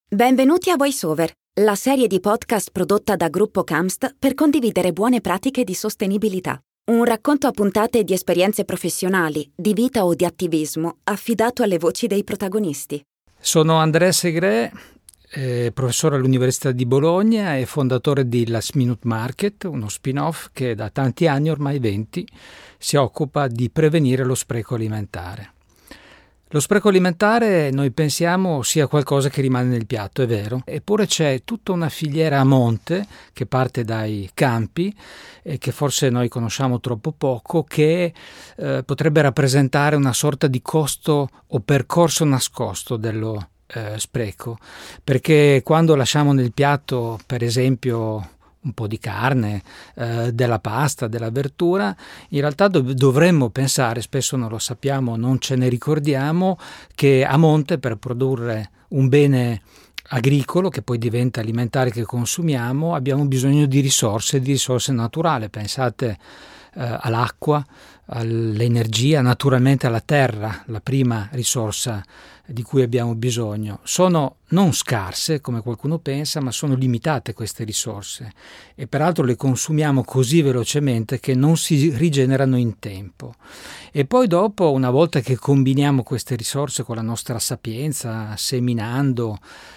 Benvenuti a VoiceOver, la serie di podcast prodotta da Gruppo Camst per condividere buone pratiche di sostenibilità. Un racconto a puntate di esperienze professionali, di vita o di attivismo, affidato alle voci dei protagonisti. Sono Andrea Segre, professore all'Università di Bologna e fondatore di Last Minute Market, uno spin-off che da tanti anni, ormai 20, si occupa di prevenire lo spreco alimentare. Lo spreco alimentare noi pensiamo sia qualcosa che rimane nel piatto, è vero, eppure c'è tutta una filiera a monte che parte dai campi e che forse noi conosciamo troppo poco, che potrebbe rappresentare una sorta di costo o percorso nascosto dello spreco, perché quando lasciamo nel piatto, per esempio, un po' di carne, della pasta, della verdura, in realtà dovremmo pensare, spesso non lo sappiamo, non ce ne ricordiamo, che a monte per produrre un bene agricolo che poi diventa alimentare che consumiamo abbiamo bisogno di risorse naturali. Pensate all'acqua, all'energia, naturalmente alla terra, la prima risorsa di cui abbiamo bisogno. Sono non scarse come qualcuno pensa, ma sono limitate queste risorse e peraltro le consumiamo così velocemente che non si rigenerano in tempo. E poi dopo, una volta che combiniamo queste risorse con la nostra sapienza, seminando,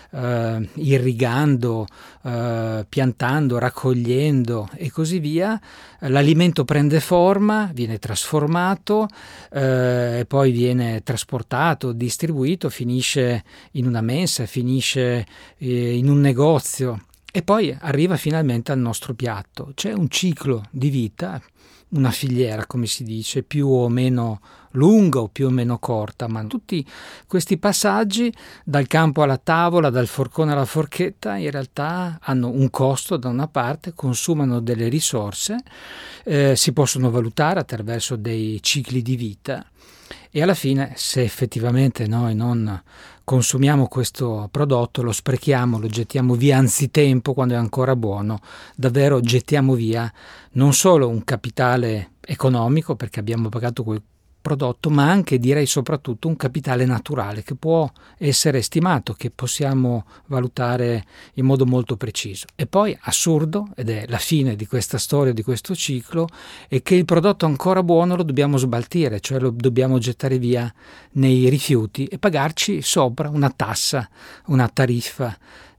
irrigando, piantando, raccogliendo e così via, l'alimento prende forma, viene trasformato e poi viene trasportato, distribuito, finisce in una mensa, finisce in un negozio e poi arriva finalmente al nostro piatto. C'è un ciclo di vita, una filiera, come si dice, più o meno lunga o più o meno corta, ma tutti questi passaggi dal campo alla tavola, dal forcone alla forchetta, in realtà hanno un costo da una parte, consumano delle risorse, si possono valutare attraverso dei cicli di vita e alla fine, se effettivamente noi non consumiamo questo prodotto, lo sprechiamo, lo gettiamo via anzitempo quando è ancora buono, davvero gettiamo via non solo un capitale economico perché abbiamo pagato quel prodotto, ma anche, direi soprattutto, un capitale naturale che può essere stimato, che possiamo valutare in modo molto preciso. E poi, assurdo, ed è la fine di questa storia, di questo ciclo, è che il prodotto ancora buono lo dobbiamo sbaltire, cioè lo dobbiamo gettare via nei rifiuti e pagarci sopra una tassa, una tariffa.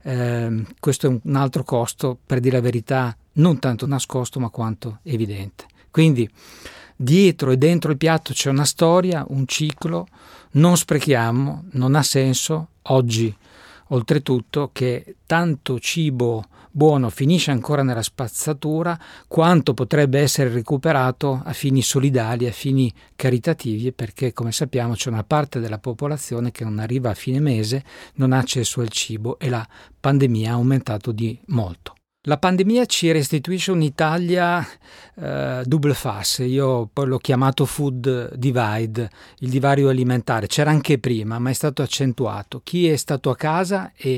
Questo è un altro costo, per dire la verità, non tanto nascosto ma quanto evidente. Quindi dietro e dentro il piatto c'è una storia, un ciclo, non sprechiamo, non ha senso oggi, oltretutto, che tanto cibo buono finisce ancora nella spazzatura, quanto potrebbe essere recuperato a fini solidali, a fini caritativi, perché come sappiamo c'è una parte della popolazione che non arriva a fine mese, non ha accesso al cibo e la pandemia ha aumentato di molto. La pandemia ci restituisce un'Italia double face, io poi l'ho chiamato food divide, il divario alimentare, c'era anche prima ma è stato accentuato. Chi è stato a casa e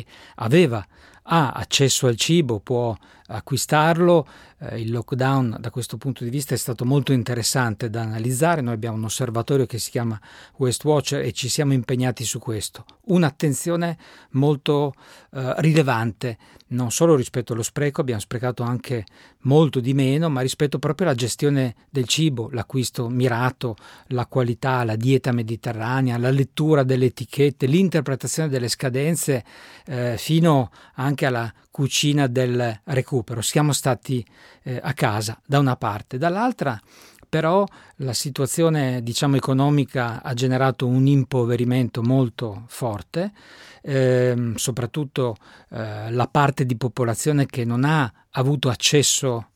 ha accesso al cibo, può acquistarlo. Il lockdown da questo punto di vista è stato molto interessante da analizzare. Noi abbiamo un osservatorio che si chiama Waste Watcher e ci siamo impegnati su questo. Un'attenzione molto rilevante, non solo rispetto allo spreco, abbiamo sprecato anche molto di meno, ma rispetto proprio alla gestione del cibo, l'acquisto mirato, la qualità, la dieta mediterranea, la lettura delle etichette, l'interpretazione delle scadenze, fino anche alla cucina del recupero. Siamo stati a casa da una parte, dall'altra però la situazione economica ha generato un impoverimento molto forte, soprattutto la parte di popolazione che non ha avuto accesso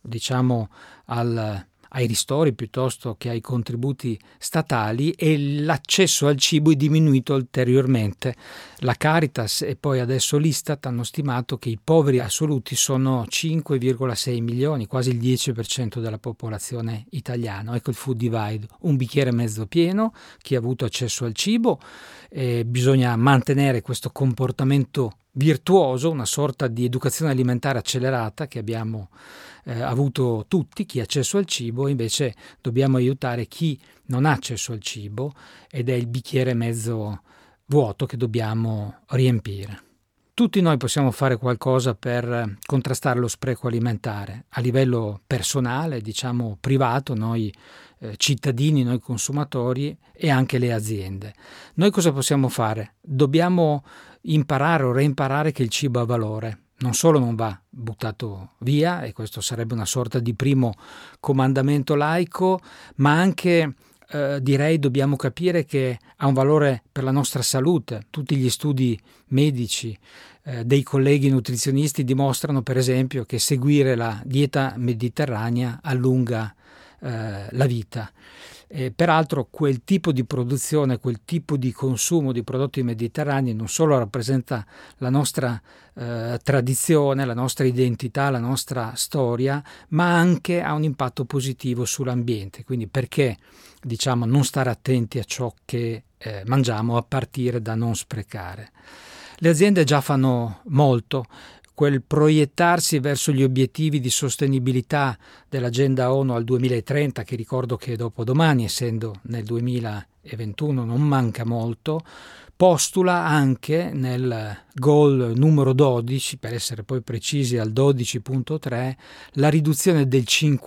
ai ristori piuttosto che ai contributi statali, e l'accesso al cibo è diminuito ulteriormente. La Caritas e poi adesso l'Istat hanno stimato che i poveri assoluti sono 5,6 milioni, quasi il 10% della popolazione italiana. Ecco il food divide, un bicchiere mezzo pieno, chi ha avuto accesso al cibo, bisogna mantenere questo comportamento virtuoso, una sorta di educazione alimentare accelerata che abbiamo avuto tutti, chi ha accesso al cibo, invece dobbiamo aiutare chi non ha accesso al cibo ed è il bicchiere mezzo vuoto che dobbiamo riempire. Tutti noi possiamo fare qualcosa per contrastare lo spreco alimentare a livello personale, diciamo privato, noi cittadini, noi consumatori e anche le aziende. Noi cosa possiamo fare? Dobbiamo imparare o reimparare che il cibo ha valore. Non solo non va buttato via, e questo sarebbe una sorta di primo comandamento laico, ma anche direi dobbiamo capire che ha un valore per la nostra salute. Tutti gli studi medici dei colleghi nutrizionisti dimostrano per esempio che seguire la dieta mediterranea allunga la vita. Peraltro quel tipo di produzione, quel tipo di consumo di prodotti mediterranei non solo rappresenta la nostra tradizione, la nostra identità, la nostra storia, ma anche ha un impatto positivo sull'ambiente. Quindi perché diciamo non stare attenti a ciò che mangiamo, a partire da non sprecare. Le aziende già fanno molto. Quel proiettarsi verso gli obiettivi di sostenibilità dell'agenda ONU al 2030, che ricordo che dopodomani, essendo nel 2021, non manca molto, postula anche nel goal numero 12, per essere poi precisi al 12.3, la riduzione del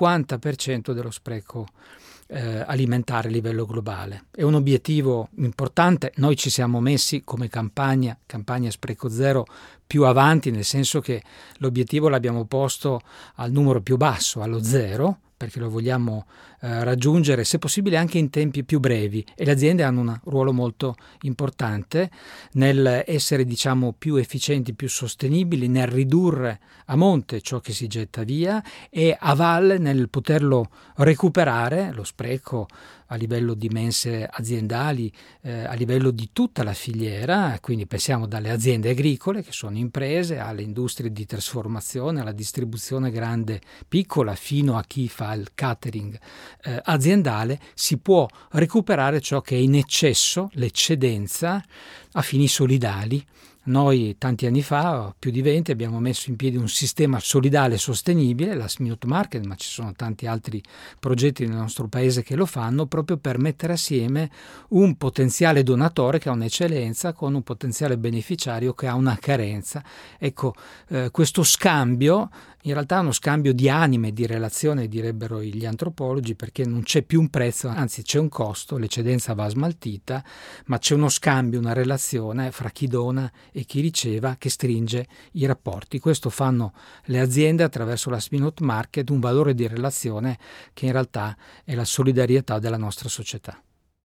50% dello spreco alimentare a livello globale. È un obiettivo importante. Noi ci siamo messi come campagna Spreco Zero più avanti, nel senso che l'obiettivo l'abbiamo posto al numero più basso, allo 0, perché lo vogliamo raggiungere se possibile anche in tempi più brevi, e le aziende hanno un ruolo molto importante nel essere diciamo più efficienti, più sostenibili, nel ridurre a monte ciò che si getta via e a valle nel poterlo recuperare, lo spreco a livello di mense aziendali, a livello di tutta la filiera. Quindi pensiamo dalle aziende agricole, che sono imprese, alle industrie di trasformazione, alla distribuzione grande, piccola, fino a chi fa il catering aziendale. Si può recuperare ciò che è in eccesso, l'eccedenza, a fini solidali. Noi tanti anni fa, più di 20, abbiamo messo in piedi un sistema solidale sostenibile, Last Minute Market, ma ci sono tanti altri progetti nel nostro paese che lo fanno, proprio per mettere assieme un potenziale donatore che ha un'eccellenza con un potenziale beneficiario che ha una carenza. Ecco, questo scambio in realtà è uno scambio di anime, di relazione, direbbero gli antropologi, perché non c'è più un prezzo, anzi c'è un costo, l'eccedenza va smaltita, ma c'è uno scambio, una relazione fra chi dona e chi riceva che stringe i rapporti. Questo fanno le aziende attraverso la Last Minute Market, un valore di relazione che in realtà è la solidarietà della nostra società.